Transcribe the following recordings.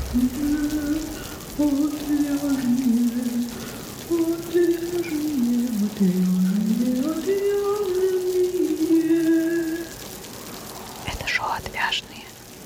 Это шоу «Отвяжные».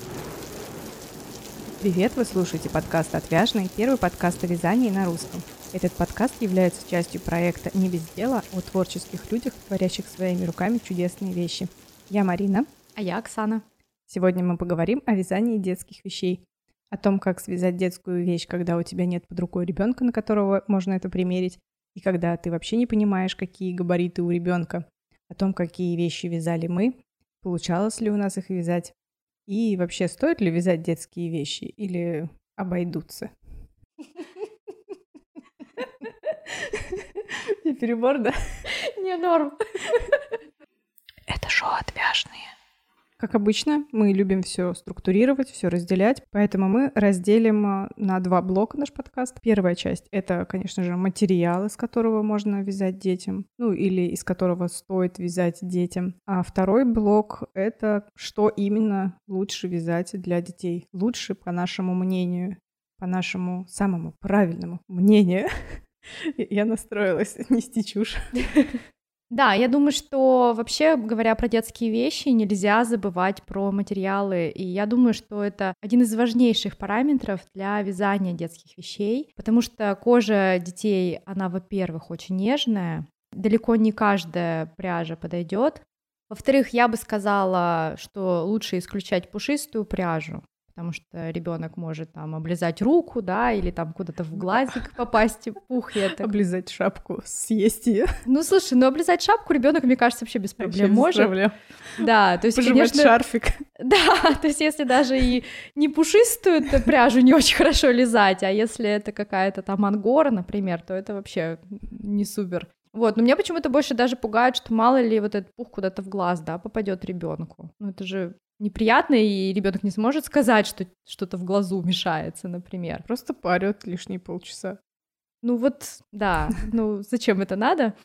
Привет, вы слушаете подкаст «Отвяжные», первый подкаст о вязании на русском. Этот подкаст является частью проекта «Не без дела» о творческих людях, творящих своими руками чудесные вещи. Я Марина. А я Оксана. Сегодня мы поговорим о вязании детских вещей, о том, как связать детскую вещь, когда у тебя нет под рукой ребенка, на которого можно это примерить, и когда ты вообще не понимаешь, какие габариты у ребенка, о том, какие вещи вязали мы, получалось ли у нас их вязать, и вообще стоит ли вязать детские вещи или обойдутся. Не перебор, да? Не, норм. Это шоу «Отвяжные». Как обычно, мы любим все структурировать, все разделять, поэтому мы разделим на два блока наш подкаст. Первая часть — это, конечно же, материал, из которого можно вязать детям, или из которого стоит вязать детям. А второй блок — это что именно лучше вязать для детей. Лучше, по нашему мнению, по нашему самому правильному мнению. Я настроилась нести чушь. Да, я думаю, что вообще, говоря про детские вещи, нельзя забывать про материалы. И я думаю, что это один из важнейших параметров для вязания детских вещей, потому что кожа детей, она, во-первых, очень нежная, далеко не каждая пряжа подойдет. Во-вторых, я бы сказала, что лучше исключать пушистую пряжу, потому что ребенок может там облизать руку, да, или там куда-то в глазик попасть, пух. Облизать шапку, съесть ее. Слушай, облизать шапку ребенок, мне кажется, вообще без проблем может. Без проблем. Да, то есть, пожевать конечно, шарфик. Да, то есть если даже и не пушистую то пряжу не очень хорошо лизать, а если это какая-то там ангора, например, то это вообще не супер. Но меня почему-то больше даже пугает, что мало ли вот этот пух куда-то в глаз, да, попадет ребенку. Это же неприятно, и ребенок не сможет сказать, что что-то в глазу мешается, например. Просто парет лишние полчаса. Да, зачем это надо?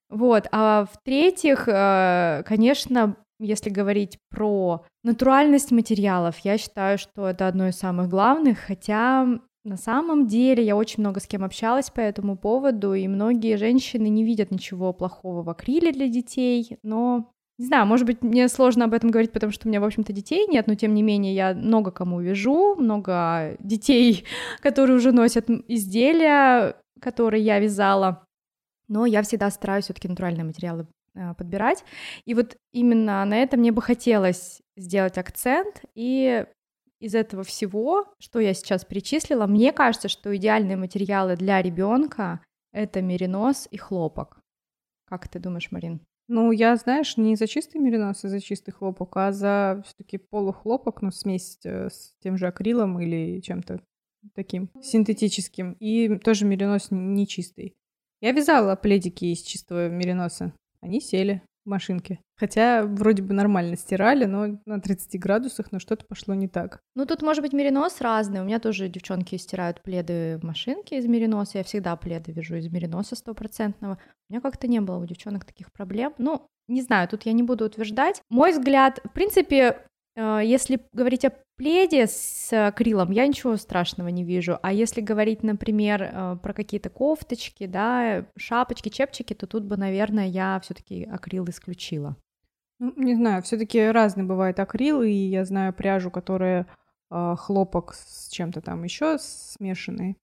А в-третьих, конечно, если говорить про натуральность материалов, я считаю, что это одно из самых главных, хотя на самом деле я очень много с кем общалась по этому поводу, и многие женщины не видят ничего плохого в акриле для детей, но не знаю, может быть, мне сложно об этом говорить, потому что у меня, в общем-то, детей нет, но тем не менее я много кому вяжу, много детей, которые уже носят изделия, которые я вязала, но я всегда стараюсь все-таки натуральные материалы подбирать, и именно на это мне бы хотелось сделать акцент, и из этого всего, что я сейчас перечислила, мне кажется, что идеальные материалы для ребенка — это меринос и хлопок. Как ты думаешь, Марин? Я, знаешь, не за чистый меринос и за чистый хлопок, а за все-таки полухлопок, смесь с тем же акрилом или чем-то таким синтетическим. И тоже меринос не чистый. Я вязала пледики из чистого мериноса. Они сели в машинке. Хотя вроде бы нормально стирали, но на 30 градусах, но что-то пошло не так. Тут может быть меринос разный. У меня тоже девчонки стирают пледы в машинке из мериноса. Я всегда пледы вяжу из мериноса 100%. У меня как-то не было у девчонок таких проблем. Не знаю, тут я не буду утверждать. Мой взгляд, в принципе, если говорить о пледе с акрилом, я ничего страшного не вижу. А если говорить, например, про какие-то кофточки, да, шапочки, чепчики, то тут бы, наверное, я все-таки акрил исключила. Не знаю, все-таки разный бывает акрил, и я знаю пряжу, которая хлопок с чем-то там еще смешанный.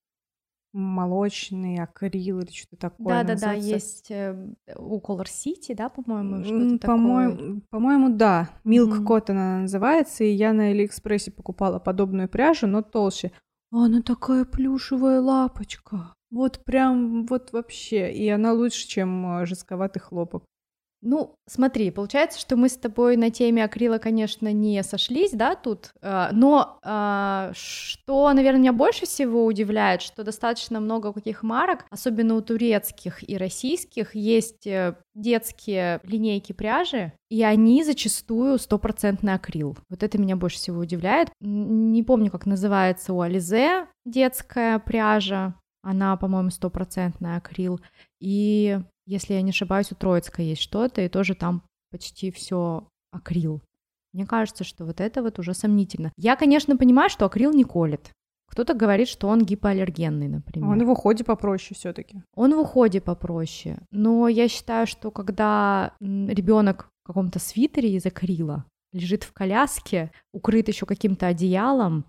Молочный акрил или что-то такое. Да, есть у Color City, да, по-моему, что-то такое. По-моему, да. Milk Cotton она называется, и я на Алиэкспрессе покупала подобную пряжу, но толще. Она такая плюшевая лапочка. Прям вообще. И она лучше, чем жестковатый хлопок. Смотри, получается, что мы с тобой на теме акрила, конечно, не сошлись, да, тут, но что, наверное, меня больше всего удивляет, что достаточно много каких марок, особенно у турецких и российских, есть детские линейки пряжи, и они зачастую 100% акрил. Это меня больше всего удивляет. Не помню, как называется у Ализе детская пряжа, она, по-моему, 100% акрил, и если я не ошибаюсь, у Троицка есть что-то, и тоже там почти все акрил. Мне кажется, что это уже сомнительно. Я, конечно, понимаю, что акрил не колет. Кто-то говорит, что он гипоаллергенный, например. Он в уходе попроще все-таки. Он в уходе попроще. Но я считаю, что когда ребенок в каком-то свитере из акрила лежит в коляске, укрыт еще каким-то одеялом,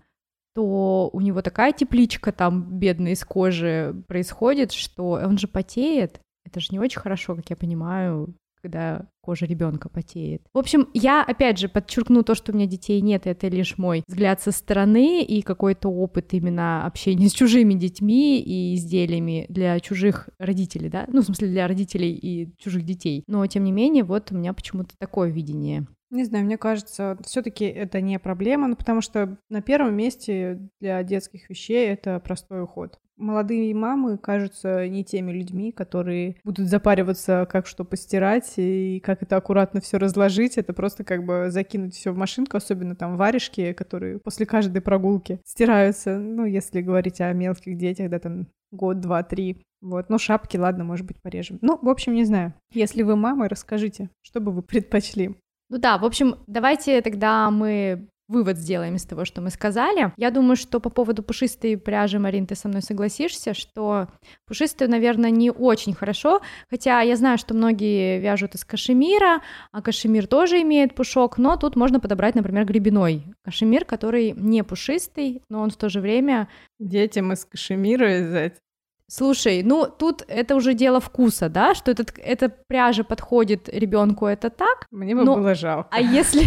то у него такая тепличка там бедная из кожи происходит, что он же потеет. Это же не очень хорошо, как я понимаю, когда кожа ребенка потеет. В общем, я опять же подчеркну то, что у меня детей нет, это лишь мой взгляд со стороны и какой-то опыт именно общения с чужими детьми и изделиями для чужих родителей, да, ну, в смысле, для родителей и чужих детей. Но, тем не менее, вот у меня почему-то такое видение. Не знаю, мне кажется, все-таки это не проблема, ну, потому что на первом месте для детских вещей это простой уход. Молодые мамы кажутся не теми людьми, которые будут запариваться, как что постирать и как это аккуратно все разложить. Это просто как бы закинуть все в машинку, особенно там варежки, которые после каждой прогулки стираются. Ну, если говорить о мелких детях, да, там год, два, три. Вот, ну, шапки, ладно, может быть, порежем. Ну, в общем, не знаю. Если вы мама, расскажите, что бы вы предпочли. Ну да, в общем, давайте тогда мы вывод сделаем из того, что мы сказали. Я думаю, что по поводу пушистой пряжи, Марин, ты со мной согласишься, что пушистую, наверное, не очень хорошо, хотя я знаю, что многие вяжут из кашемира, а кашемир тоже имеет пушок, но тут можно подобрать, например, гребеной кашемир, который не пушистый, но он в то же время... Детям из кашемира вязать. Слушай, ну тут это уже дело вкуса, да, что эта пряжа подходит ребенку, это так. Мне бы было жалко. А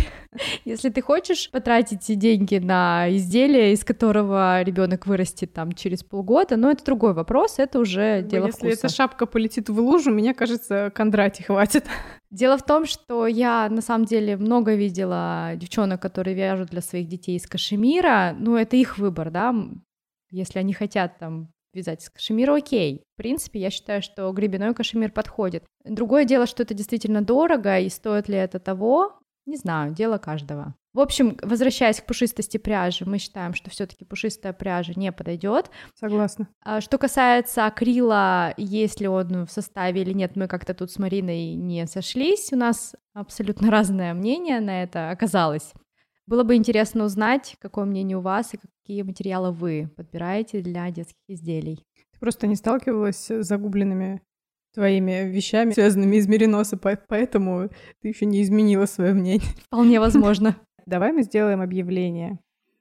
если ты хочешь потратить деньги на изделие, из которого ребенок вырастет там через полгода, ну это другой вопрос, это уже дело вкуса. Если эта шапка полетит в лужу, мне кажется, Кондрати хватит. Дело в том, что я на самом деле много видела девчонок, которые вяжут для своих детей из кашемира, ну это их выбор, да, если они хотят там вязать из кашемира, окей. В принципе, я считаю, что гребеной кашемир подходит. Другое дело, что это действительно дорого, и стоит ли это того, не знаю, дело каждого. В общем, возвращаясь к пушистости пряжи, мы считаем, что все-таки пушистая пряжа не подойдет. Согласна. Что касается акрила, есть ли он в составе или нет, мы как-то тут с Мариной не сошлись, у нас абсолютно разное мнение на это оказалось. Было бы интересно узнать, какое мнение у вас и какие материалы вы подбираете для детских изделий. Ты просто не сталкивалась с загубленными твоими вещами, связанными из мериноса, поэтому ты еще не изменила свое мнение. Вполне возможно. Давай мы сделаем объявление.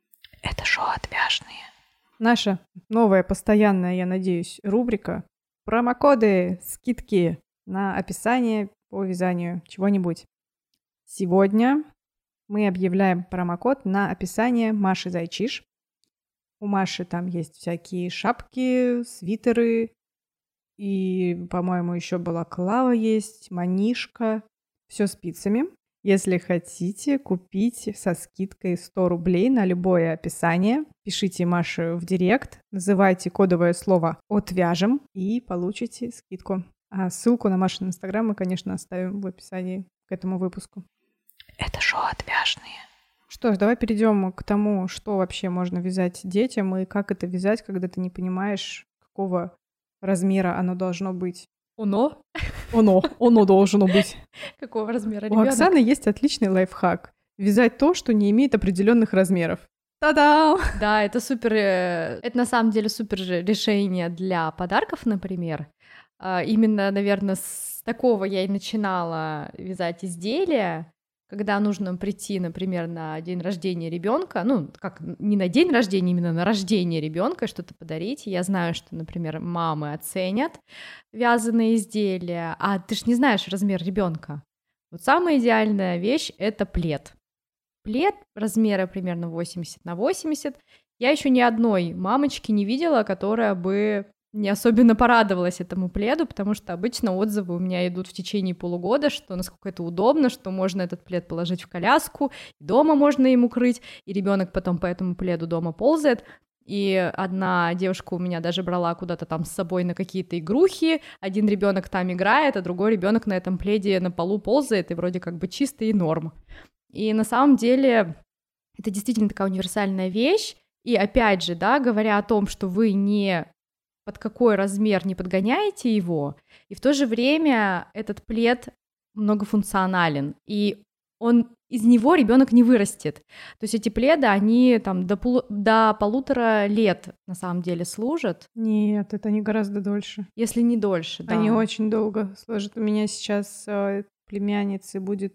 Это шоу «Отвяжные». Наша новая постоянная, я надеюсь, рубрика «Промокоды, скидки» на описание по вязанию чего-нибудь. Сегодня мы объявляем промокод на описание Маши Зайчиш. У Маши там есть всякие шапки, свитеры и, по-моему, еще балаклава есть, манишка. Все спицами. Если хотите купить со скидкой 100 рублей на любое описание, пишите Маше в директ, называйте кодовое слово «Отвяжем» и получите скидку. А ссылку на Машин Инстаграм мы, конечно, оставим в описании к этому выпуску. Это шоу «Отвяжные». Что ж, давай перейдем к тому, что вообще можно вязать детям и как это вязать, когда ты не понимаешь, какого размера оно должно быть. Оно Должно быть. Какого размера У ребенок? Оксаны есть отличный лайфхак. Вязать то, что не имеет определенных размеров. Та-дам! Да, это супер, это на самом деле супер решение для подарков, например. Именно, наверное, с такого я и начинала вязать изделия, когда нужно прийти, например, на день рождения ребенка, ну, как не на день рождения, именно на рождение ребенка что-то подарить. Я знаю, что, например, мамы оценят вязаные изделия, а ты ж не знаешь размер ребенка. Вот самая идеальная вещь — это плед. Плед размера примерно 80 на 80. Я еще ни одной мамочки не видела, которая бы не особенно порадовалась этому пледу, потому что обычно отзывы у меня идут в течение полугода, что насколько это удобно, что можно этот плед положить в коляску, и дома можно им укрыть, и ребенок потом по этому пледу дома ползает. И одна девушка у меня даже брала куда-то там с собой на какие-то игрухи, один ребенок там играет, а другой ребенок на этом пледе на полу ползает, и вроде как бы чисто и норм. И на самом деле это действительно такая универсальная вещь, и опять же, да, говоря о том, что вы не под какой размер не подгоняете его, и в то же время этот плед многофункционален, и он из него ребенок не вырастет. То есть эти пледы, они там до 1,5 лет на самом деле служат. Нет, это не гораздо дольше. Если не дольше, да. Они очень долго служат. У меня сейчас племяннице будет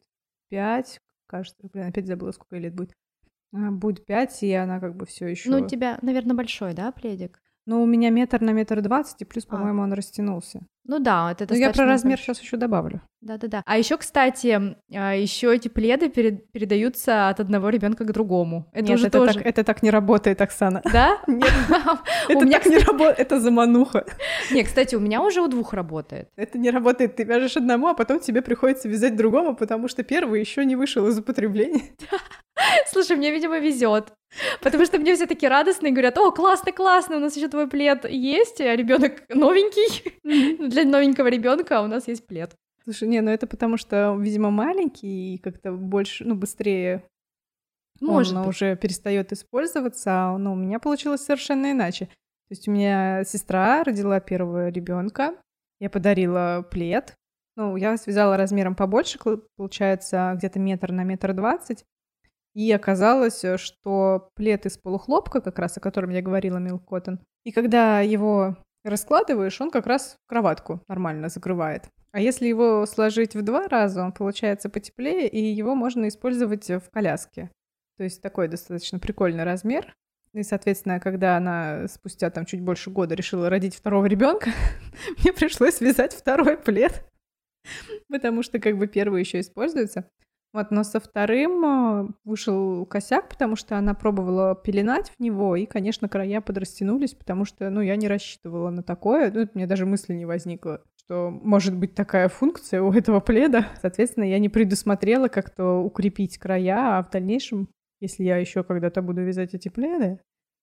5, кажется, опять забыла, сколько ей лет будет. Будет 5, и она как бы все еще. Ну, у тебя, наверное, большой, да, пледик? Ну, у меня 1 на 1,20 м, и плюс, по-моему, он растянулся. Ну да, это Но я про достаточно размер большой. сейчас еще добавлю. Да-да-да. А еще, кстати, еще эти пледы передаются от одного ребенка к другому. Это Нет, уже это тоже. так, это так не работает, Оксана. Да? Нет, У это меня, так не работает, это замануха. Не, кстати, у меня уже у 2 работает. Это не работает, ты вяжешь одному, а потом тебе приходится вязать другому, потому что первый еще не вышел из употребления. Слушай, мне, видимо, везет. Потому что мне все такие радостные говорят: о, классно, классно, у нас еще твой плед есть, а ребенок новенький. Для новенького ребенка у нас есть плед. Слушай, не, ну это потому что, видимо, маленький и как-то больше, ну, быстрее Может он быть. уже перестает использоваться, но у меня получилось совершенно иначе. То есть у меня сестра родила первого ребенка, я подарила плед, ну, я связала размером побольше, получается, где-то 1 на 1,20 м, и оказалось, что плед из полухлопка, как раз о котором я говорила, Milk Cotton, и когда его раскладываешь, он как раз кроватку нормально закрывает. А если его сложить в 2 раза, он получается потеплее, и его можно использовать в коляске. То есть такой достаточно прикольный размер. И, соответственно, когда она спустя там чуть больше года решила родить второго ребенка, мне пришлось связать второй плед, потому что как бы первый еще используется. Вот, но со вторым вышел косяк, потому что она пробовала пеленать в него, и, конечно, края подрастянулись, потому что, ну, я не рассчитывала на такое, ну, мне даже мысли не возникло, что может быть такая функция у этого пледа. Соответственно, я не предусмотрела как-то укрепить края, а в дальнейшем, если я еще когда-то буду вязать эти пледы,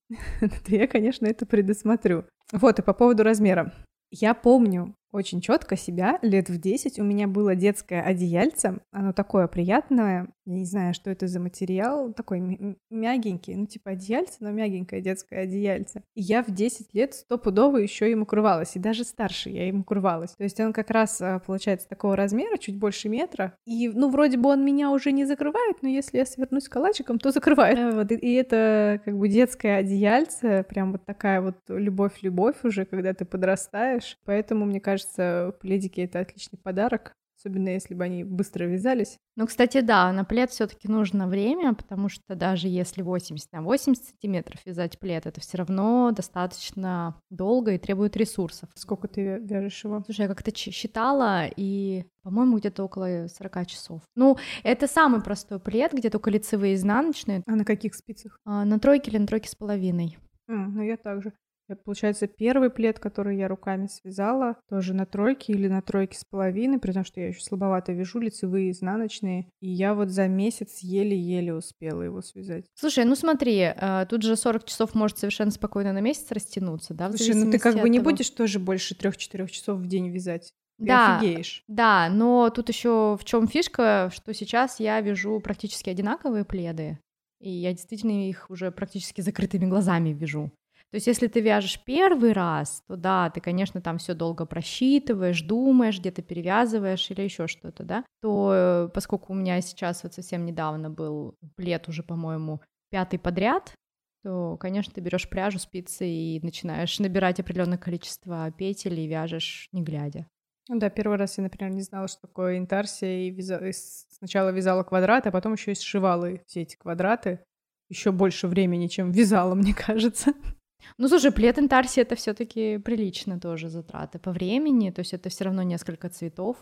то я, конечно, это предусмотрю. Вот, и по поводу размера. Я помню очень четко себя лет в 10. У меня было детское одеяльце. Оно такое приятное. Я не знаю, что это за материал. Такой мягенький. Ну, типа одеяльце, но мягенькое детское одеяльце. И я в 10 лет стопудово еще им укрывалась. И даже старше я им укрывалась. То есть он как раз получается такого размера, чуть больше метра. И, ну, вроде бы он меня уже не закрывает, но если я свернусь калачиком, то закрывает. Вот. И это как бы детское одеяльце. Прям вот такая вот любовь-любовь уже, когда ты подрастаешь. Поэтому, мне кажется, пледики — это отличный подарок, особенно если бы они быстро вязались. Ну, кстати, да, на плед все-таки нужно время, потому что даже если 80 на 80 сантиметров вязать плед, это все равно достаточно долго и требует ресурсов. Сколько ты вяжешь его? Слушай, я как-то считала, и, по-моему, где-то около 40 часов. Ну, это самый простой плед, где только лицевые и изнаночные. А на каких спицах? На 3 или на 3,5. Ну, я также. Получается, первый плед, который я руками связала, тоже на 3 или на 3,5, при том, что я еще слабовато вяжу, лицевые, изнаночные. И я вот за месяц еле-еле успела его связать. Слушай, ну смотри, тут же 40 часов может совершенно спокойно на месяц растянуться, да? Слушай, ну ты как бы не будешь тоже больше 3-4 часов в день вязать? Ты офигеешь. Да, но тут еще в чем фишка, что сейчас я вяжу практически одинаковые пледы, и я действительно их уже практически закрытыми глазами вяжу. То есть, если ты вяжешь первый раз, то да, ты, конечно, там все долго просчитываешь, думаешь, где-то перевязываешь или еще что-то, да, то поскольку у меня сейчас вот совсем недавно был плед уже, по-моему, 5-й подряд, то, конечно, ты берешь пряжу, спицы и начинаешь набирать определенное количество петель и вяжешь не глядя. Ну да, первый раз я, например, не знала, что такое интарсия, и сначала вязала квадраты, а потом еще и сшивала все эти квадраты. Еще больше времени, чем вязала, мне кажется. Ну, слушай, плед интарсия — это все-таки прилично тоже затраты по времени, то есть это все равно несколько цветов,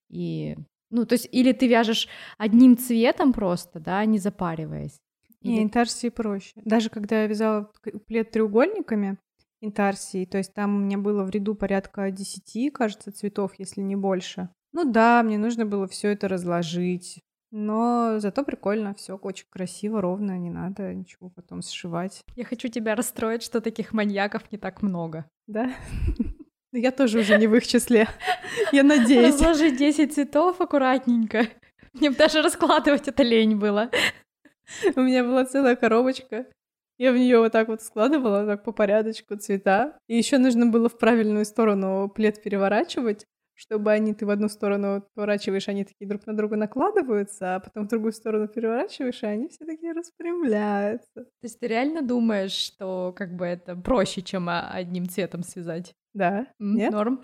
и, ну, то есть или ты вяжешь одним цветом просто, да, не запариваясь. Не, интарсии проще. Даже когда я вязала плед треугольниками интарсии, то есть там у меня было в ряду порядка 10, кажется, цветов, если не больше. Ну да, мне нужно было все это разложить. Но зато прикольно, все очень красиво, ровно, не надо ничего потом сшивать. Я хочу тебя расстроить, что таких маньяков не так много. Да? Я тоже уже не в их числе. Я надеюсь. Разложить 10 цветов аккуратненько. Мне даже раскладывать это лень было. У меня была целая коробочка. Я в нее вот так вот складывала, так по порядочку цвета. И еще нужно было в правильную сторону плед переворачивать, чтобы ты в одну сторону поворачиваешь, они такие друг на друга накладываются, а потом в другую сторону переворачиваешь, и они все такие распрямляются. То есть ты реально думаешь, что как бы это проще, чем одним цветом связать? Да. Нет? Норм.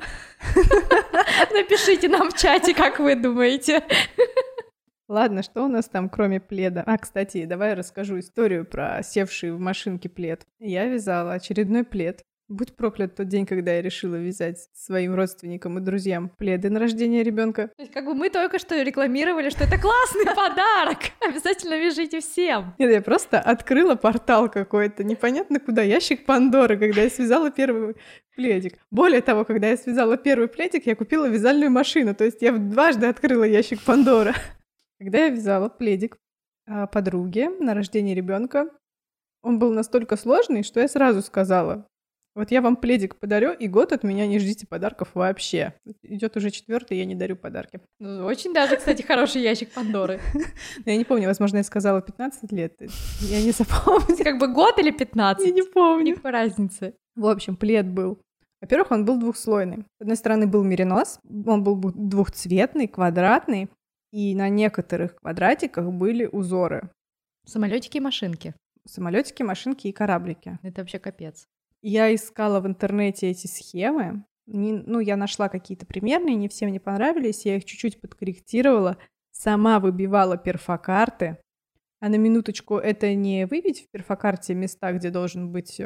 Напишите нам в чате, как вы думаете. Ладно, что у нас там, кроме пледа? Кстати, давай я расскажу историю про севший в машинке плед. Я вязала очередной плед. Будь проклят тот день, когда я решила вязать своим родственникам и друзьям пледы на рождение ребенка. То есть как бы мы только что рекламировали, что это классный подарок. Обязательно вяжите всем. Нет, я просто открыла портал какой-то, непонятно куда, ящик Пандоры, когда я связала первый пледик. Более того, когда я связала первый пледик, я купила вязальную машину, то есть я дважды открыла ящик Пандоры. Когда я вязала пледик подруге на рождение ребенка, он был настолько сложный, что я сразу сказала: вот я вам пледик подарю, и год от меня не ждите подарков вообще. Идет уже 4-й, я не дарю подарки. Очень даже, кстати, хороший ящик Пандоры. Я не помню, возможно, я сказала 15 лет. Я не запомнила. Как бы год или 15? Я не помню. Никакой разницы. В общем, плед был. Во-первых, он был двухслойный. С одной стороны был меринос, он был двухцветный, квадратный, и на некоторых квадратиках были узоры. Самолетики и машинки. Самолетики, машинки и кораблики. Это вообще капец. Я искала в интернете эти схемы. Я нашла какие-то примерные, не все мне понравились. Я их чуть-чуть подкорректировала. Сама выбивала перфокарты. А на минуточку, это не выбить в перфокарте места, где должен быть,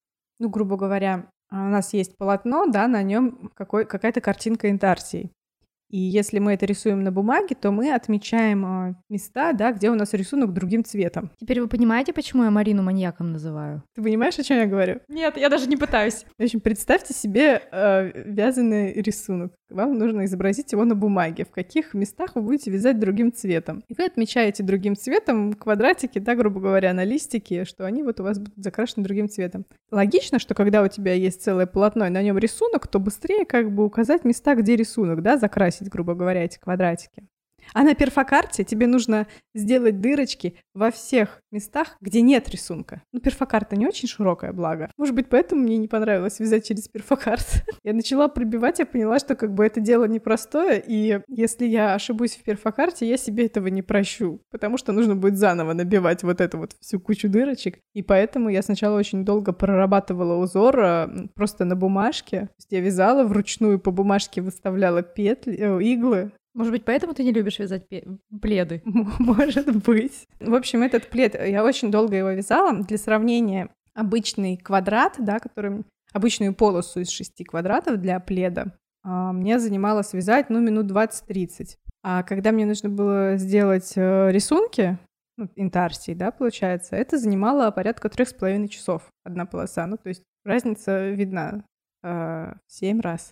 грубо говоря, у нас есть полотно, да, на нем какая-то картинка интарсий. И если мы это рисуем на бумаге, то мы отмечаем места, да, где у нас рисунок другим цветом. Теперь вы понимаете, почему я Марину маньяком называю? Ты понимаешь, о чем я говорю? Нет, я даже не пытаюсь. В общем, представьте себе вязаный рисунок. Вам нужно изобразить его на бумаге. В каких местах вы будете вязать другим цветом. И вы отмечаете другим цветом квадратики, да, грубо говоря, на листике, что они вот у вас будут закрашены другим цветом. Логично, что когда у тебя есть целое полотно и на нем рисунок, то быстрее как бы указать места, где рисунок, да, закрасить, грубо говоря, эти квадратики. А на перфокарте тебе нужно сделать дырочки во всех местах, где нет рисунка. Перфокарта не очень широкая, благо. Может быть, поэтому мне не понравилось вязать через перфокарт. Я начала пробивать, я поняла, что как бы это дело непростое, и если я ошибусь в перфокарте, я себе этого не прощу, потому что нужно будет заново набивать вот эту вот всю кучу дырочек. И поэтому я сначала очень долго прорабатывала узор просто на бумажке. То есть я вязала вручную, по бумажке выставляла петли, иглы. Может быть, поэтому ты не любишь вязать пледы? Может быть. В общем, этот плед, я очень долго его вязала. Для сравнения, обычный квадрат, да, обычную полосу из 6 квадратов для пледа мне занимало связать, минут 20-30. А когда мне нужно было сделать рисунки, интарсии, да, получается, это занимало порядка 3,5 часов одна полоса. То есть разница видна в 7 раз.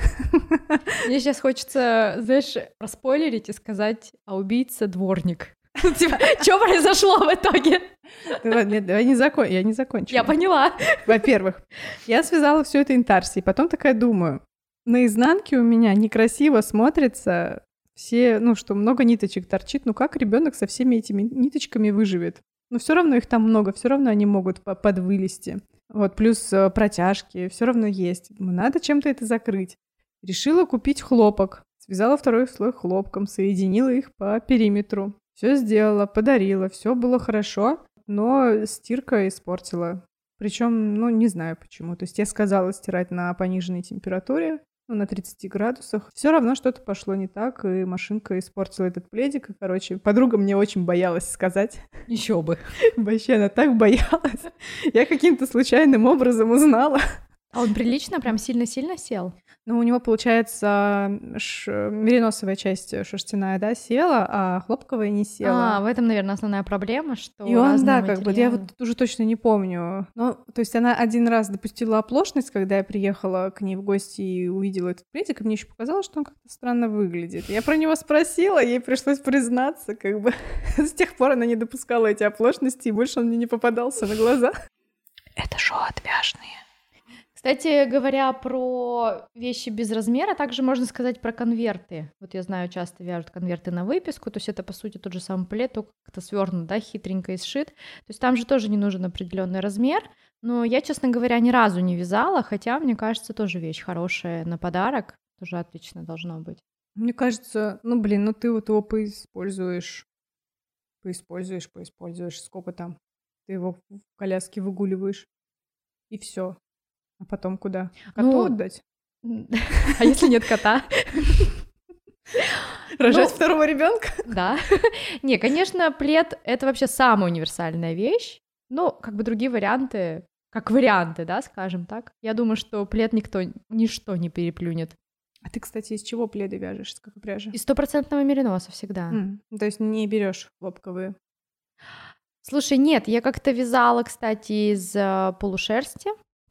Мне сейчас хочется, знаешь, проспойлерить и сказать, а убийца дворник. Что произошло в итоге? Нет, давай я не закончила. Я поняла. Во-первых, я связала все это интарсией, потом такая думаю, на изнанке у меня некрасиво смотрится все, что много ниточек торчит, как ребенок со всеми этими ниточками выживет? Но все равно их там много, все равно они могут подвылезти. Плюс протяжки, все равно есть. Надо чем-то это закрыть. Решила купить хлопок. Связала второй слой хлопком, соединила их по периметру. Все сделала, подарила, все было хорошо, но стирка испортила. Причем, не знаю почему. То есть я сказала стирать на пониженной температуре, на 30 градусах. Все равно что-то пошло не так, и машинка испортила этот пледик. И, подруга мне очень боялась сказать. Еще бы. Вообще, она так боялась. Я каким-то случайным образом узнала. А он прилично, прям сильно-сильно сел? У него, получается, мериносовая часть шерстяная, да, села, а хлопковая не села. В этом, наверное, основная проблема, что и он, да, материалы. Я уже точно не помню. То есть она один раз допустила оплошность, когда я приехала к ней в гости и увидела этот пледик, и мне еще показалось, что он как-то странно выглядит. Я про него спросила, ей пришлось признаться, С тех пор она не допускала эти оплошности, и больше он мне не попадался на глаза. Это шоу отвяжные. Кстати говоря, про вещи без размера, также можно сказать про конверты. Я знаю, часто вяжут конверты на выписку, то есть это, по сути, тот же самый плед, только как-то свернут, да, хитренько и сшит. То есть там же тоже не нужен определенный размер, но я, честно говоря, ни разу не вязала, хотя, мне кажется, тоже вещь хорошая на подарок. тоже отлично должно быть. Мне кажется, ты вот его поиспользуешь. Сколько там? Ты его в коляске выгуливаешь, и все. А потом куда? Коту отдать? А если нет кота? Рожать второго ребенка? Да. Не, конечно, плед — это вообще самая универсальная вещь. Но как бы другие варианты, как варианты, да, скажем так. Я думаю, что плед ничто не переплюнет. А ты, кстати, из чего пледы вяжешь? Из какой пряжи? Из 100% мериноса всегда. То есть не берешь хлопковые? Слушай, нет, я как-то вязала, кстати, из полушерсти.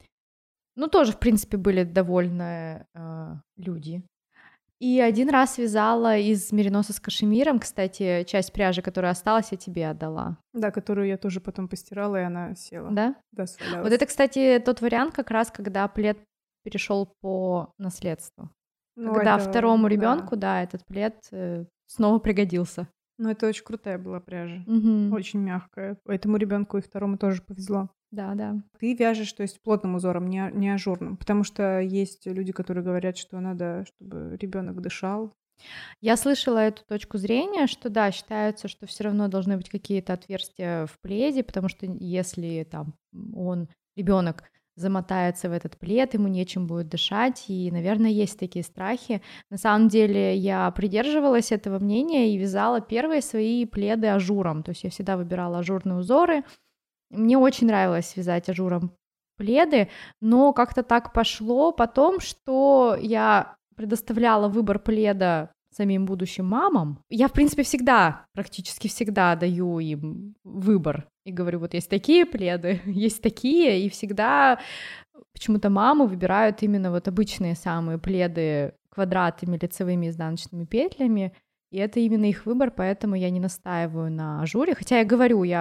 Ну, тоже, в принципе, были довольны люди. И один раз вязала из мериноса с кашемиром, кстати, часть пряжи, которая осталась, я тебе отдала. Да, которую я тоже потом постирала, и она села. Да? Да, свалялась. Вот это, кстати, тот вариант как раз, когда плед перешел по наследству. Когда второму ребенку, да, этот плед снова пригодился. Ну, это очень крутая была пряжа. Угу. Очень мягкая. Этому ребенку и второму тоже повезло. Да, да. Ты вяжешь, то есть плотным узором, не ажурным, потому что есть люди, которые говорят, что надо, чтобы ребенок дышал. Я слышала эту точку зрения, что да, считается, что все равно должны быть какие-то отверстия в пледе, потому что если там ребенок замотается в этот плед, ему нечем будет дышать, и, наверное, есть такие страхи. На самом деле я придерживалась этого мнения и вязала первые свои пледы ажуром, то есть я всегда выбирала ажурные узоры. Мне очень нравилось вязать ажуром пледы, но как-то так пошло потом, что я предоставляла выбор пледа самим будущим мамам. Я, в принципе, практически всегда даю им выбор и говорю, вот есть такие пледы, есть такие, и всегда почему-то мамы выбирают именно вот обычные самые пледы квадратами, лицевыми, изнаночными петлями, и это именно их выбор, поэтому я не настаиваю на ажуре, хотя я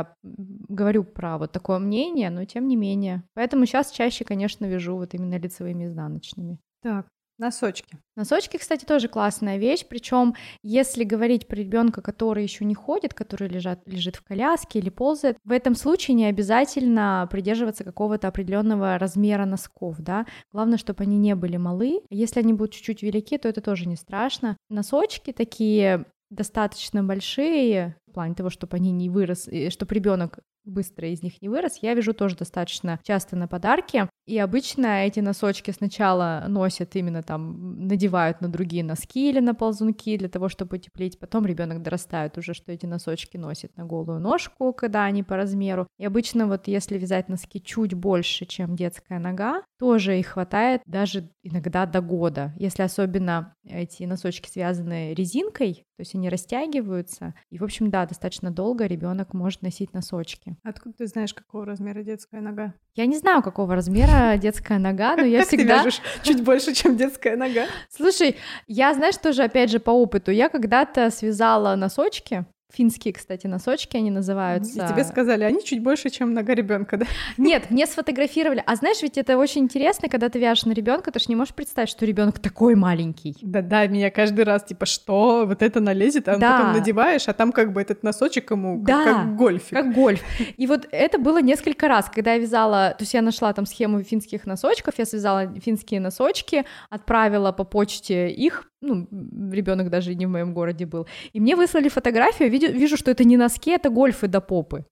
говорю про вот такое мнение, но тем не менее. Поэтому сейчас чаще, конечно, вяжу вот именно лицевыми, изнаночными. Так, носочки. Носочки, кстати, тоже классная вещь, причем если говорить про ребенка, который еще не ходит, который лежит в коляске или ползает, в этом случае не обязательно придерживаться какого-то определенного размера носков, да, главное, чтобы они не были малы, если они будут чуть-чуть велики, то это тоже не страшно. Носочки такие достаточно большие, в плане того, чтобы они не выросли, чтобы ребенок быстро из них не вырос, я вяжу тоже достаточно часто на подарки, и обычно эти носочки сначала носят именно там, надевают на другие носки или на ползунки для того, чтобы утеплить, потом ребенок дорастает уже, что эти носочки носит на голую ножку, когда они по размеру, и обычно вот если вязать носки чуть больше, чем детская нога, тоже их хватает даже иногда до года, если особенно эти носочки связаны резинкой, то есть они растягиваются, и, в общем, да, достаточно долго ребенок может носить носочки. Откуда ты знаешь, какого размера детская нога? Я не знаю, какого размера детская нога, но я всегда... Ты вяжешь чуть больше, чем детская нога? Слушай, я, знаешь, тоже, опять же, по опыту, я когда-то связала носочки, финские, кстати, носочки они называются. И тебе сказали, они чуть больше, чем нога ребенка, да? Нет, мне сфотографировали. А знаешь, ведь это очень интересно, когда ты вяжешь на ребенка, ты же не можешь представить, что ребенок такой маленький. Да, меня каждый раз типа что, вот это налезет, а потом надеваешь, а там как бы этот носочек ему как гольфик. Как гольф. И вот это было несколько раз, когда я вязала, то есть я нашла там схему финских носочков, я связала финские носочки, отправила по почте их, ребенок даже не в моем городе был, и мне выслали фотографию, вижу, что это не носки, это гольфы до попы.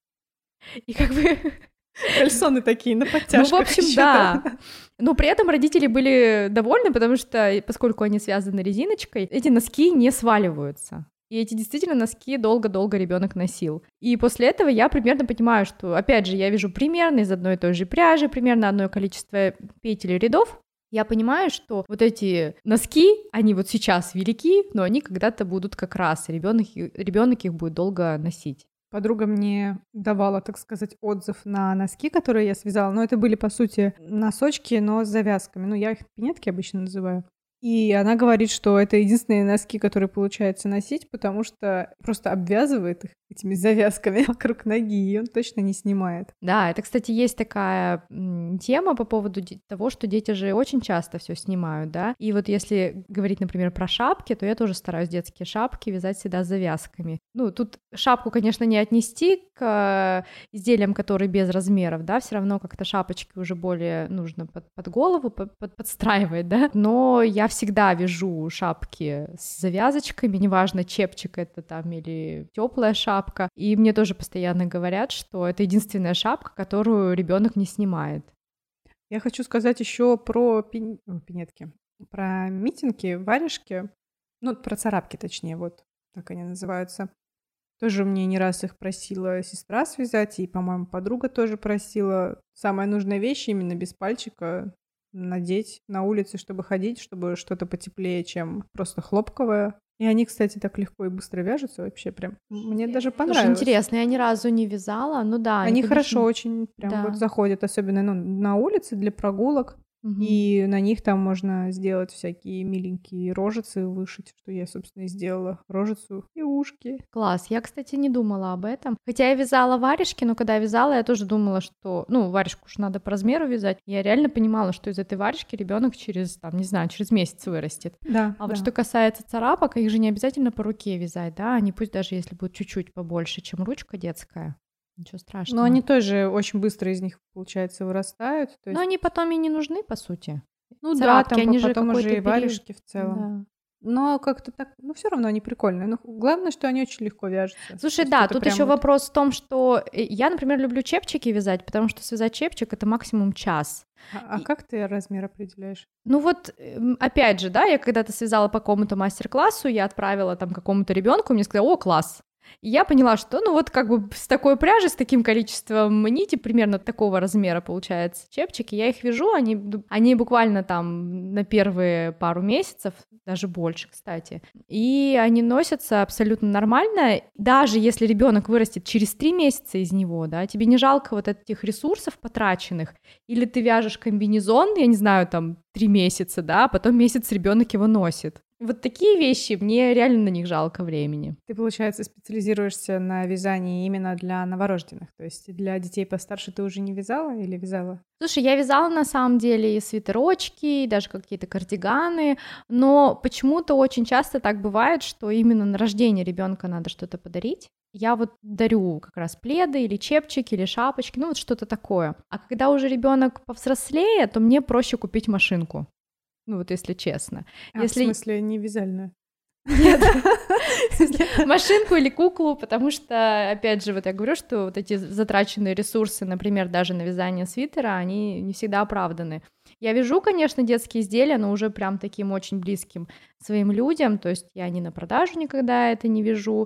И как бы... Кальсоны такие на подтяжках. Ну, в общем, да. Но при этом родители были довольны, потому что, поскольку они связаны резиночкой, эти носки не сваливаются. И эти действительно носки долго-долго ребенок носил. И после этого я примерно понимаю, что, опять же, я вяжу примерно из одной и той же пряжи, примерно одно количество петель и рядов. Я понимаю, что вот эти носки, они вот сейчас велики, но они когда-то будут как раз, и ребенок их будет долго носить. Подруга мне давала, так сказать, отзыв на носки, которые я связала. Но это были, по сути, носочки, но с завязками. Я их пинетки обычно называю. И она говорит, что это единственные носки, которые получается носить, потому что просто обвязывает их этими завязками вокруг ноги, и он точно не снимает. Да, это, кстати, есть такая тема по поводу того, что дети же очень часто все снимают, да, и вот если говорить, например, про шапки, то я тоже стараюсь детские шапки вязать всегда с завязками. Ну, тут шапку, конечно, не отнести к изделиям, которые без размеров, да, все равно как-то шапочки уже более нужно под голову подстраивать, да, но я всегда вяжу шапки с завязочками, неважно, чепчик это там или теплая шапка, и мне тоже постоянно говорят, что это единственная шапка, которую ребенок не снимает. Я хочу сказать еще про пинетки, про митинги, варежки, ну, про царапки, точнее, вот так они называются. Тоже мне не раз их просила сестра связать, и, по-моему, подруга тоже просила. Самая нужная вещь именно без пальчика надеть на улице, чтобы ходить, чтобы что-то потеплее, чем просто хлопковое. И они, кстати, так легко и быстро вяжутся вообще прям. Мне даже понравилось. Слушай, интересно, я ни разу не вязала, ну да. Они конечно, хорошо очень прям да. вот заходят, особенно на улице для прогулок. И на них там можно сделать всякие миленькие рожицы, вышить, что я, собственно, и сделала. Рожицу и ушки. Класс. Я, кстати, не думала об этом. Хотя я вязала варежки, но когда я вязала, я тоже думала, что, ну, варежку уж надо по размеру вязать. Я реально понимала, что из этой варежки ребенок через, там, не знаю, через месяц вырастет. Да. А вот что касается царапок, их же не обязательно по руке вязать, да? Они пусть даже если будут чуть-чуть побольше, чем ручка детская. Ничего страшного. Но они тоже очень быстро из них, получается, вырастают. То есть... Но они потом и не нужны, по сути. Ну царапки, да, там они же потом уже и какой-то варежки в целом. Да. Но как-то так, ну все равно они прикольные. Но главное, что они очень легко вяжутся. Слушай, да, тут еще вопрос в том, что я, например, люблю чепчики вязать, потому что связать чепчик — это максимум час. А как ты размер определяешь? Ну вот, опять же, да, я когда-то связала по какому-то мастер-классу, я отправила там какому-то ребенку, мне сказали: о, класс. И я поняла, что, ну вот как бы с такой пряжи, с таким количеством нити, примерно такого размера получается чепчики, я их вяжу, они буквально там на первые пару месяцев, даже больше, кстати, и они носятся абсолютно нормально, даже если ребенок вырастет через 3 месяца из него, да, тебе не жалко вот этих ресурсов потраченных, или ты вяжешь комбинезон, я не знаю, там 3 месяца, да, а потом месяц ребенок его носит. Вот такие вещи, мне реально на них жалко времени. Ты, получается, специализируешься на вязании именно для новорожденных, то есть для детей постарше ты уже не вязала или вязала? Слушай, я вязала на самом деле и свитерочки, и даже какие-то кардиганы, но почему-то очень часто так бывает, что именно на рождение ребенка надо что-то подарить. Я вот дарю как раз пледы или чепчики, или шапочки, ну вот что-то такое. А когда уже ребенок повзрослеет, то мне проще купить машинку. Ну вот если честно. В смысле не вязальную? Нет, машинку или куклу, потому что, опять же, вот я говорю, что вот эти затраченные ресурсы, например, даже на вязание свитера, они не всегда оправданы. Я вяжу, конечно, детские изделия, но уже прям таким очень близким своим людям, то есть я не на продажу никогда это не вяжу,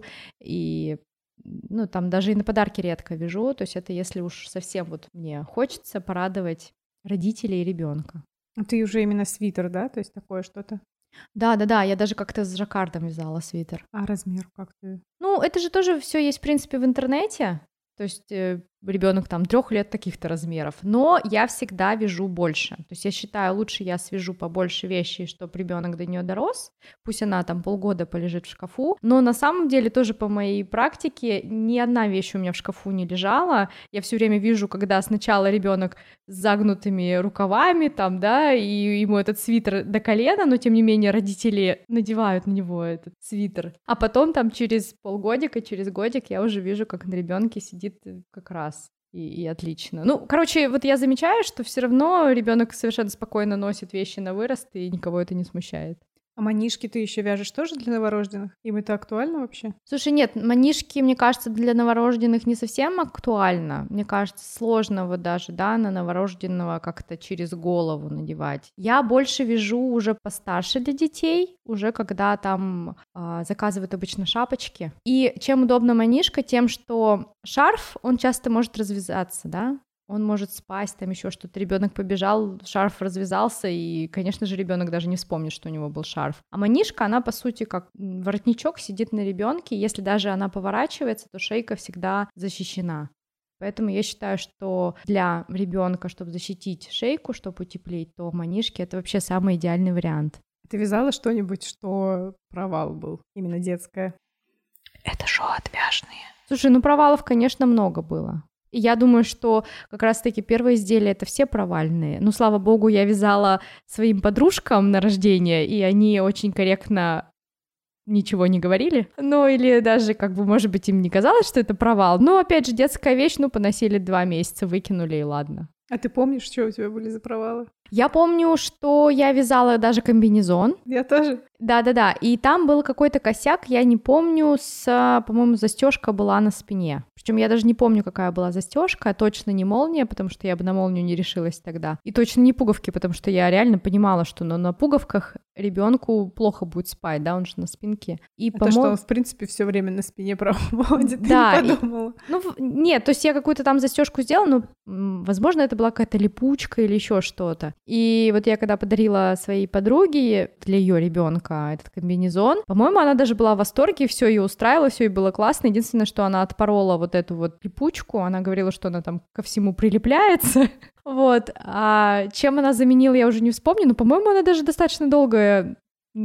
и ну, там даже и на подарки редко вяжу, то есть это если уж совсем вот мне хочется порадовать родителей и ребенка. Ты уже именно свитер, да? То есть такое что-то? Да, я даже как-то с жаккардом вязала свитер. А размер как ты? Ну, это же тоже все есть, в принципе, в интернете. То есть ребенок там 3 лет таких-то размеров, но я всегда вяжу больше. То есть я считаю, лучше я свяжу побольше вещей, чтобы ребенок до нее дорос, пусть она там полгода полежит в шкафу, но на самом деле тоже по моей практике ни одна вещь у меня в шкафу не лежала. Я все время вижу, когда сначала ребенок с загнутыми рукавами там, да, и ему этот свитер до колена, но тем не менее родители надевают на него этот свитер, а потом там через полгодика, через годик я уже вижу, как на ребенке сидит как раз. И отлично. Ну, короче, вот я замечаю, что все равно ребенок совершенно спокойно носит вещи на вырост, и никого это не смущает. А манишки ты еще вяжешь тоже для новорожденных? Им это актуально вообще? Слушай, нет, манишки, мне кажется, для новорожденных не совсем актуально. Мне кажется, сложно вот даже, да, на новорожденного как-то через голову надевать. Я больше вяжу уже постарше для детей, уже когда там заказывают обычно шапочки. И чем удобна манишка, тем, что шарф, он часто может развязаться, да, он может спасть, там еще что-то, ребенок побежал, шарф развязался, и, конечно же, ребенок даже не вспомнит, что у него был шарф. А манишка, она, по сути, как воротничок сидит на ребенке, если даже она поворачивается, то шейка всегда защищена. Поэтому я считаю, что для ребенка, чтобы защитить шейку, чтобы утеплить, то манишки — это вообще самый идеальный вариант. Ты вязала что-нибудь, что провал был, именно детское? Это шоу отвяжные. Слушай, ну провалов, конечно, много было. И я думаю, что как раз-таки первые изделия — это все провальные. Ну, слава богу, я вязала своим подружкам на рождение, и они очень корректно ничего не говорили. Ну, или даже, как бы, может быть, им не казалось, что это провал. Но, опять же, детская вещь, ну, поносили 2 месяца, выкинули, и ладно. А ты помнишь, что у тебя были за провалы? Я помню, что я вязала даже комбинезон. Я тоже. Да-да-да, и там был какой-то косяк, я не помню, по-моему, застежка была на спине. Причем я даже не помню, какая была застежка, точно не молния, потому что я бы на молнию не решилась тогда. И точно не пуговки, потому что я реально понимала, что на пуговках ребенку плохо будет спать, да, он же на спинке. И, это что он, в принципе, все время на спине проводит, да, ты не подумала? Нет, то есть я какую-то там застежку сделала, но, возможно, это была какая-то липучка или еще что-то. И вот я когда подарила своей подруге для ее ребенка этот комбинезон, по-моему, она даже была в восторге, все ее устраивало, все ей было классно. Единственное, что она отпорола вот эту вот липучку, она говорила, что она там ко всему прилепляется. Вот. А чем она заменила, я уже не вспомню, но, по-моему, она даже достаточно долго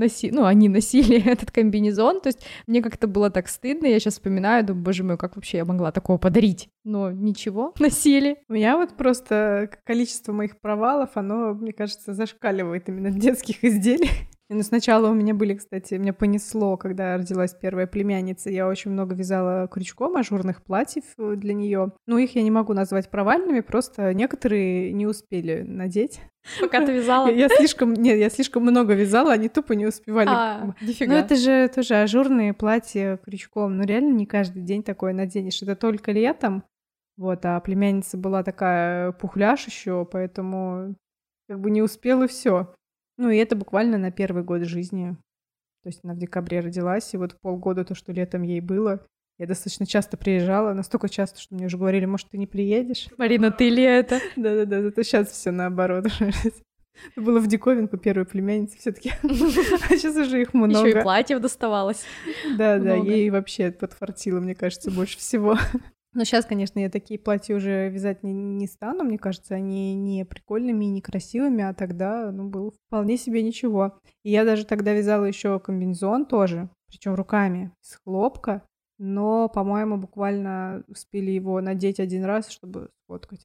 они носили этот комбинезон, то есть мне как-то было так стыдно, я сейчас вспоминаю, думаю, боже мой, как вообще я могла такого подарить? Но ничего, носили. У меня вот просто количество моих провалов, оно, мне кажется, зашкаливает именно детских изделий. Но сначала у меня были, кстати, меня понесло, когда родилась первая племянница, я очень много вязала крючком ажурных платьев для нее. Ну, их я не могу назвать провальными, просто некоторые не успели надеть. Пока ты вязала? Я слишком много вязала, они тупо не успевали. Нифига. Ну, это же тоже ажурные платья крючком. Ну, реально не каждый день такое наденешь. Это только летом. Вот, а племянница была такая пухляш еще, поэтому как бы не успела все. Ну, и это буквально на первый год жизни. То есть она в декабре родилась, и вот полгода то, что летом ей было, я достаточно часто приезжала, настолько часто, что мне уже говорили, может, ты не приедешь? Марина, ты ли это? Да-да-да, зато сейчас все наоборот. Это было в диковинку первой племянницы все-таки. А сейчас уже их много. Еще и платьев доставалось. Да-да, ей вообще подфартило, мне кажется, больше всего. Но сейчас, конечно, я такие платья уже вязать не стану. Мне кажется, они не прикольными и не красивыми, а тогда, было вполне себе ничего. И я даже тогда вязала еще комбинезон тоже, причем руками, из хлопка. Но, по-моему, буквально успели его надеть один раз, чтобы сфоткать.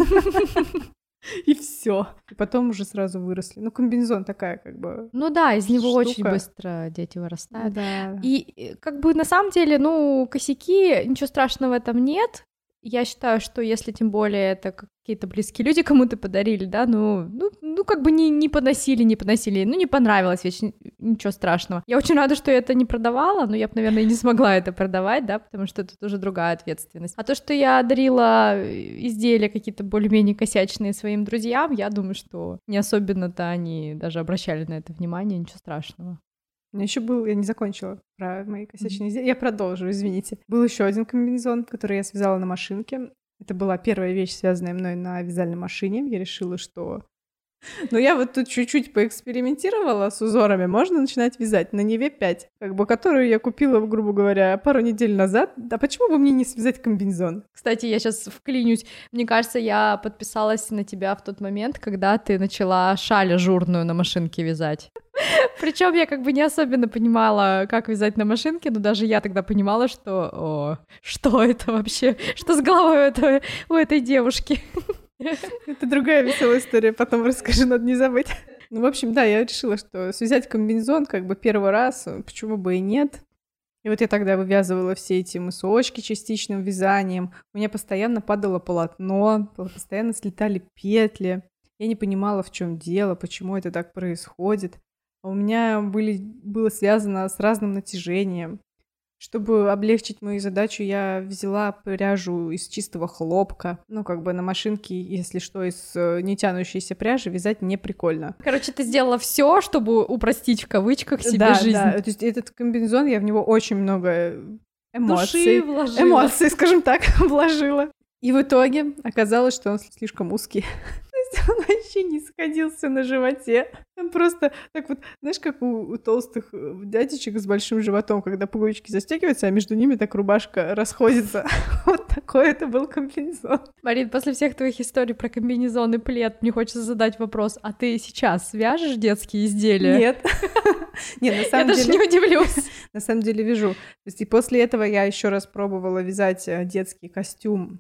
И все. И потом уже сразу выросли. Ну, комбинезон такая, как бы. Ну да, из него очень быстро дети вырастают. Да. И как бы на самом деле, косяки, ничего страшного в этом нет. Я считаю, что если тем более это какие-то близкие люди кому-то подарили, да, как бы не поносили, не понравилась вещь, ничего страшного. Я очень рада, что я это не продавала, но я бы, наверное, и не смогла это продавать, да, потому что это тоже другая ответственность. А то, что я дарила изделия какие-то более-менее косячные своим друзьям, я думаю, что не особенно-то они даже обращали на это внимание, ничего страшного. У меня еще был, я не закончила про мои косячные изделия, я продолжу, извините. Был еще один комбинезон, который я связала на машинке. Это была первая вещь, связанная мной на вязальной машине. Я решила, что... я вот тут чуть-чуть поэкспериментировала с узорами. Можно начинать вязать на Неве 5, которую я купила, грубо говоря, пару недель назад. Да почему бы мне не связать комбинезон? Кстати, я сейчас вклинюсь. Мне кажется, я подписалась на тебя в тот момент, когда ты начала шаль ажурную на машинке вязать. Причем я как бы не особенно понимала, как вязать на машинке, но даже я тогда понимала, что что это вообще? Что с головой у этой девушки? Это другая веселая история, потом расскажу, надо не забыть. В общем, да, я решила, что связать комбинезон первый раз, почему бы и нет. И вот я тогда вывязывала все эти мысочки частичным вязанием. У меня постоянно падало полотно, постоянно слетали петли. Я не понимала, в чем дело, почему это так происходит. А у меня было связано с разным натяжением. Чтобы облегчить мою задачу, я взяла пряжу из чистого хлопка. На машинке, если что, из нетянущейся пряжи вязать не прикольно. Короче, ты сделала все, чтобы упростить в кавычках себе жизнь. Да, то есть этот комбинезон, я в него очень много эмоций вложила. Эмоций, скажем так, вложила. И в итоге оказалось, что он слишком узкий. он вообще не сходился на животе. Он просто так вот, знаешь, как у толстых дядечек с большим животом, когда пуговички застегиваются, а между ними так рубашка расходится. Вот такой это был комбинезон. Марин, после всех твоих историй про комбинезон и плед, мне хочется задать вопрос, а ты сейчас вяжешь детские изделия? Нет. Нет, на самом деле... Я деле... даже не удивлюсь. На самом деле вяжу. То есть и после этого я еще раз пробовала вязать детский костюм.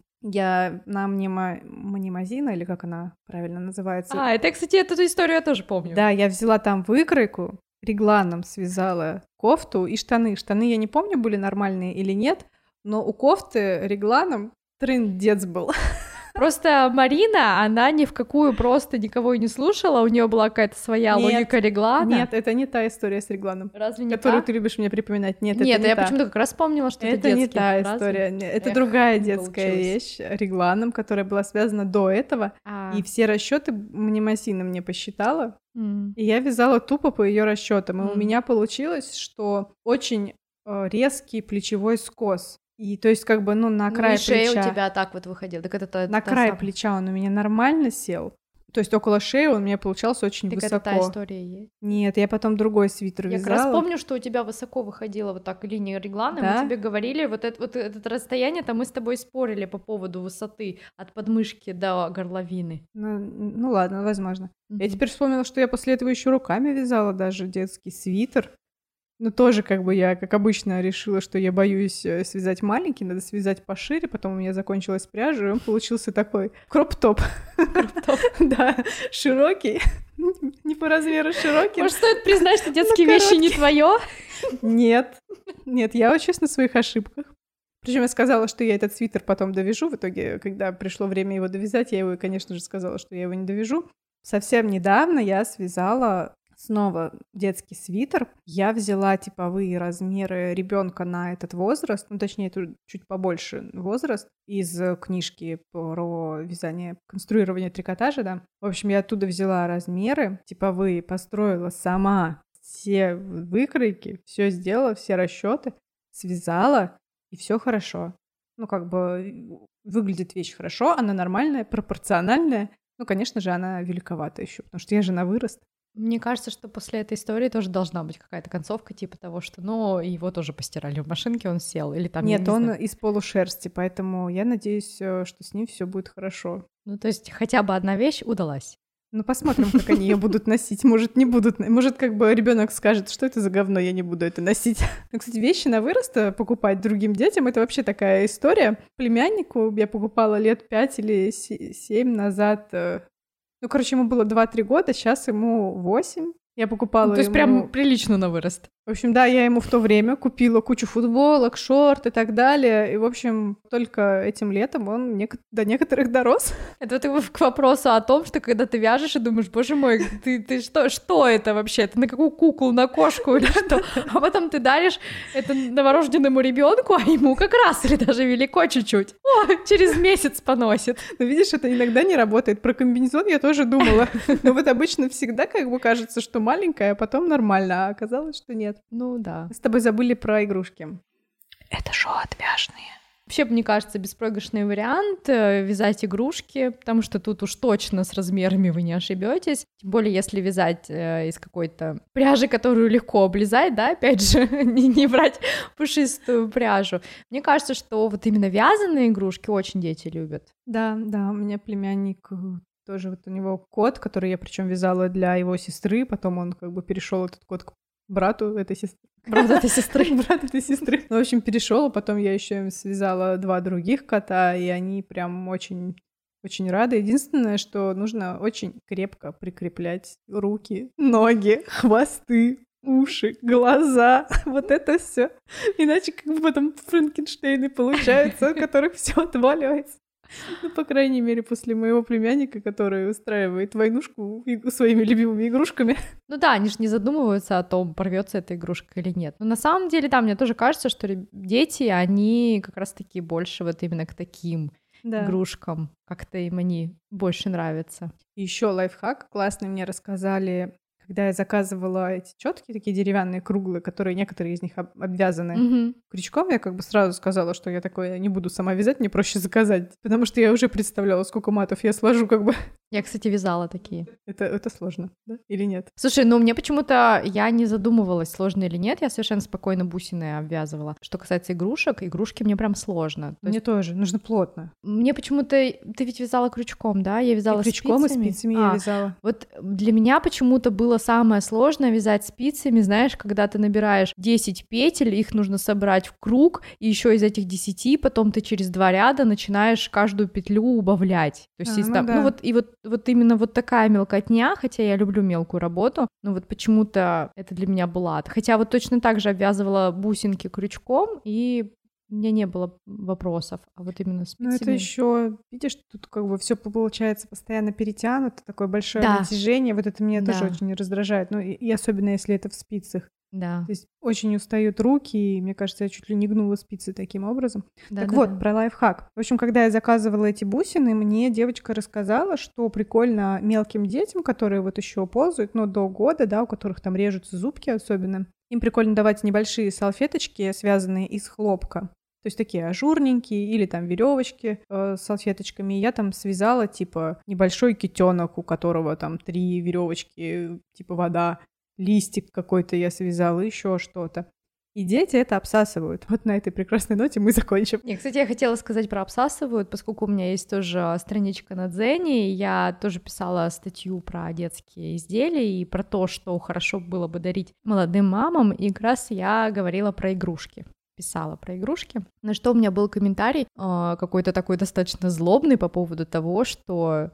Я на мнемозина, или как она правильно называется. Это, кстати, эту историю я тоже помню. Да, я взяла там выкройку, регланом связала кофту и штаны. Штаны я не помню, были нормальные или нет, но у кофты регланом трындец был. Просто Марина, она ни в какую просто никого и не слушала, у нее была какая-то своя логика реглана. Нет, это не та история с регланом. Разве не которую та? ты любишь мне припоминать. Нет, я это не та. почему-то как раз вспомнила, что это детский. не та история. Это другая детская вещь регланом, которая была связана до этого. И все расчеты мнемозина мне посчитала. И я вязала тупо по ее расчетам. И у меня получилось, что очень резкий плечевой скос. И то есть как бы, на край плеча... шея у тебя так вот выходила. Так это на край плеча он у меня нормально сел. То есть около шеи он у меня получался очень высоко. Так это та история есть? Нет, я потом другой свитер вязала. Я как раз помню, что у тебя высоко выходила вот так линия реглана, да? Мы тебе говорили, вот это расстояние, там мы с тобой спорили по поводу высоты от подмышки до горловины. Ну ладно, возможно. Я теперь вспомнила, что я после этого еще руками вязала даже детский свитер. Но тоже как бы я, как обычно, решила, что я боюсь связать маленький, надо связать пошире, потом у меня закончилась пряжа, и он получился такой кроп-топ. Кроп-топ? Да, широкий, не по размеру широкий. Может, стоит признать, что детские вещи не твое? Нет, я учусь на своих ошибках. Причем я сказала, что я этот свитер потом довяжу. В итоге, когда пришло время его довязать, я его, конечно же, сказала, что я его не довяжу. Совсем недавно я связала снова детский свитер. Я взяла типовые размеры ребенка на этот возраст, точнее, чуть побольше возраст, из книжки про вязание, конструирование трикотажа, да. В общем, я оттуда взяла размеры типовые, построила сама все выкройки, все сделала, все расчеты, связала, и все хорошо. Выглядит вещь хорошо, она нормальная, пропорциональная. Конечно же, она великовата еще, потому что я же на вырост. Мне кажется, что после этой истории тоже должна быть какая-то концовка, типа того, что, его тоже постирали в машинке, он сел, или там... Нет, он из полушерсти, поэтому я надеюсь, что с ним все будет хорошо. То есть хотя бы одна вещь удалась. Посмотрим, как они ее будут носить. Может, не будут. Может, как бы ребенок скажет, что это за говно, я не буду это носить. Кстати, вещи на вырост покупать другим детям — это вообще такая история. Племяннику я покупала лет 5 или 7 назад. Ему было 2-3 года, сейчас ему 8. Я покупала то есть ему... прям прилично на вырост. В общем, да, я ему в то время купила кучу футболок, шорт и так далее. И, в общем, только этим летом он до некоторых дорос. Это вот к вопросу о том, что когда ты вяжешь и думаешь, боже мой, ты что это вообще? Ты на какую куклу, на кошку или что? А потом ты даришь это новорожденному ребенку, а ему как раз или даже велико чуть-чуть. Через месяц поносит. Видишь, это иногда не работает. Про комбинезон я тоже думала. Но вот обычно всегда как бы кажется, что маленькая, а потом нормально, а оказалось, что нет. Да. Мы с тобой забыли про игрушки. Это шоу отвяжные. Вообще, мне кажется, беспроигрышный вариант вязать игрушки, потому что тут уж точно с размерами вы не ошибетесь. Тем более, если вязать из какой-то пряжи, которую легко облизать, да, опять же, не брать пушистую пряжу. Мне кажется, что вот именно вязаные игрушки очень дети любят. Да, у меня племянник тоже, вот у него кот, который я причем вязала для его сестры, потом он как бы перешел этот кот к брату этой сестры. Брат этой сестры. Брат этой сестры. В общем, перешел, а потом я еще им связала 2 других кота, и они прям очень, очень рады. Единственное, что нужно очень крепко прикреплять руки, ноги, хвосты, уши, глаза. Вот это все. Иначе как бы потом Франкенштейны получаются, от которых все отваливается. По крайней мере, после моего племянника, который устраивает войнушку своими любимыми игрушками. Да, они же не задумываются о том, порвется эта игрушка или нет. Но на самом деле, да, мне тоже кажется, что дети, они как раз-таки больше вот именно к таким игрушкам. Как-то им они больше нравятся. Еще лайфхак классный мне рассказали, когда я заказывала эти четки такие деревянные, круглые, которые некоторые из них обвязаны крючком, я как бы сразу сказала, что я такое не буду сама вязать, мне проще заказать, потому что я уже представляла, сколько матов я сложу как бы Я, кстати, вязала такие. Это сложно, да? Или нет? Слушай, ну мне почему-то я не задумывалась, сложно или нет, я совершенно спокойно бусины обвязывала. Что касается игрушек, игрушки мне прям сложно. Мне тоже, нужно плотно. Мне почему-то... Ты ведь вязала крючком, да? Я вязала и крючком, спицами. И спицами я вязала. Вот для меня почему-то было самое сложное вязать спицами, знаешь, когда ты набираешь 10 петель, их нужно собрать в круг, и еще из этих 10 потом ты через 2 ряда начинаешь каждую петлю убавлять. То есть, вот именно вот такая мелкотня, хотя я люблю мелкую работу, но вот почему-то это для меня было ад. Хотя вот точно так же обвязывала бусинки крючком, и у меня не было вопросов, а вот именно спицами... Ну это еще, видишь, тут как бы все получается постоянно перетянуто, такое большое натяжение, вот это меня тоже очень раздражает, ну и особенно если это в спицах. Да. То есть очень устают руки, и мне кажется, я чуть ли не гнула спицы таким образом. Про лайфхак. В общем, когда я заказывала эти бусины, мне девочка рассказала, что прикольно мелким детям, которые вот еще ползают, но до года, да, у которых там режутся зубки особенно, им прикольно давать небольшие салфеточки, связанные из хлопка. То есть такие ажурненькие или там веревочки с салфеточками. Я там связала типа небольшой китенок, у которого там 3 веревочки, типа вода, листик какой-то я связала, еще что-то. И дети это обсасывают. Вот на этой прекрасной ноте мы закончим. Кстати, я хотела сказать про обсасывают, поскольку у меня есть тоже страничка на Дзене, я тоже писала статью про детские изделия и про то, что хорошо было бы дарить молодым мамам, и как раз я говорила про игрушки. Писала про игрушки, на что у меня был комментарий какой-то такой достаточно злобный по поводу того, что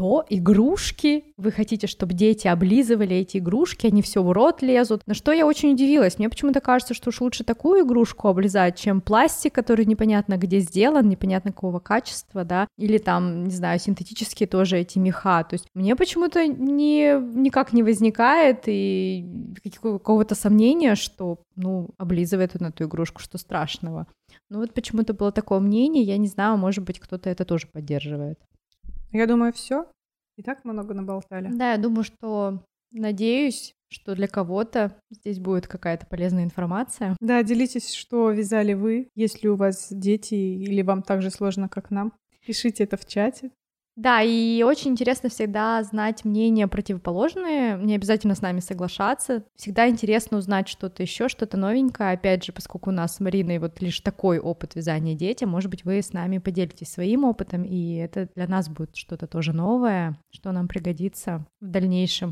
игрушки? Вы хотите, чтобы дети облизывали эти игрушки, они все в рот лезут? На что я очень удивилась. Мне почему-то кажется, что уж лучше такую игрушку облизать, чем пластик, который непонятно где сделан, непонятно какого качества, да, или там, не знаю, синтетические тоже эти меха. То есть мне почему-то никак не возникает и какого-то сомнения, что, облизывает он эту игрушку, что страшного. Ну вот почему-то было такое мнение, я не знаю, может быть, кто-то это тоже поддерживает. Я думаю, все. И так много наболтали. Да, я думаю, что, надеюсь, что для кого-то здесь будет какая-то полезная информация. Да, делитесь, что вязали вы, если у вас дети или вам так же сложно, как нам. Пишите это в чате. Да, и очень интересно всегда знать мнения противоположные, не обязательно с нами соглашаться. Всегда интересно узнать что-то еще, что-то новенькое. Опять же, поскольку у нас с Мариной вот лишь такой опыт вязания детям, может быть, вы с нами поделитесь своим опытом, и это для нас будет что-то тоже новое, что нам пригодится в дальнейшем.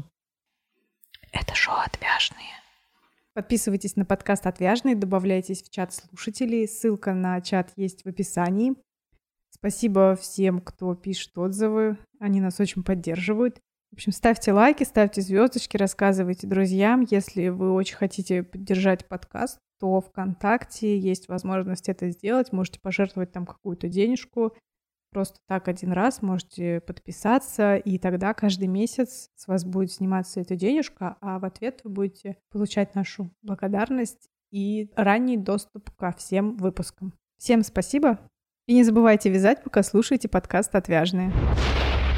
Это шоу «Отвяжные». Подписывайтесь на подкаст «Отвяжные», добавляйтесь в чат слушателей. Ссылка на чат есть в описании. Спасибо всем, кто пишет отзывы. Они нас очень поддерживают. В общем, ставьте лайки, ставьте звездочки, рассказывайте друзьям. Если вы очень хотите поддержать подкаст, то ВКонтакте есть возможность это сделать. Можете пожертвовать там какую-то денежку. Просто так один раз можете подписаться, и тогда каждый месяц с вас будет сниматься эта денежка, а в ответ вы будете получать нашу благодарность и ранний доступ ко всем выпускам. Всем спасибо! И не забывайте вязать, пока слушаете подкаст «Отвяжные».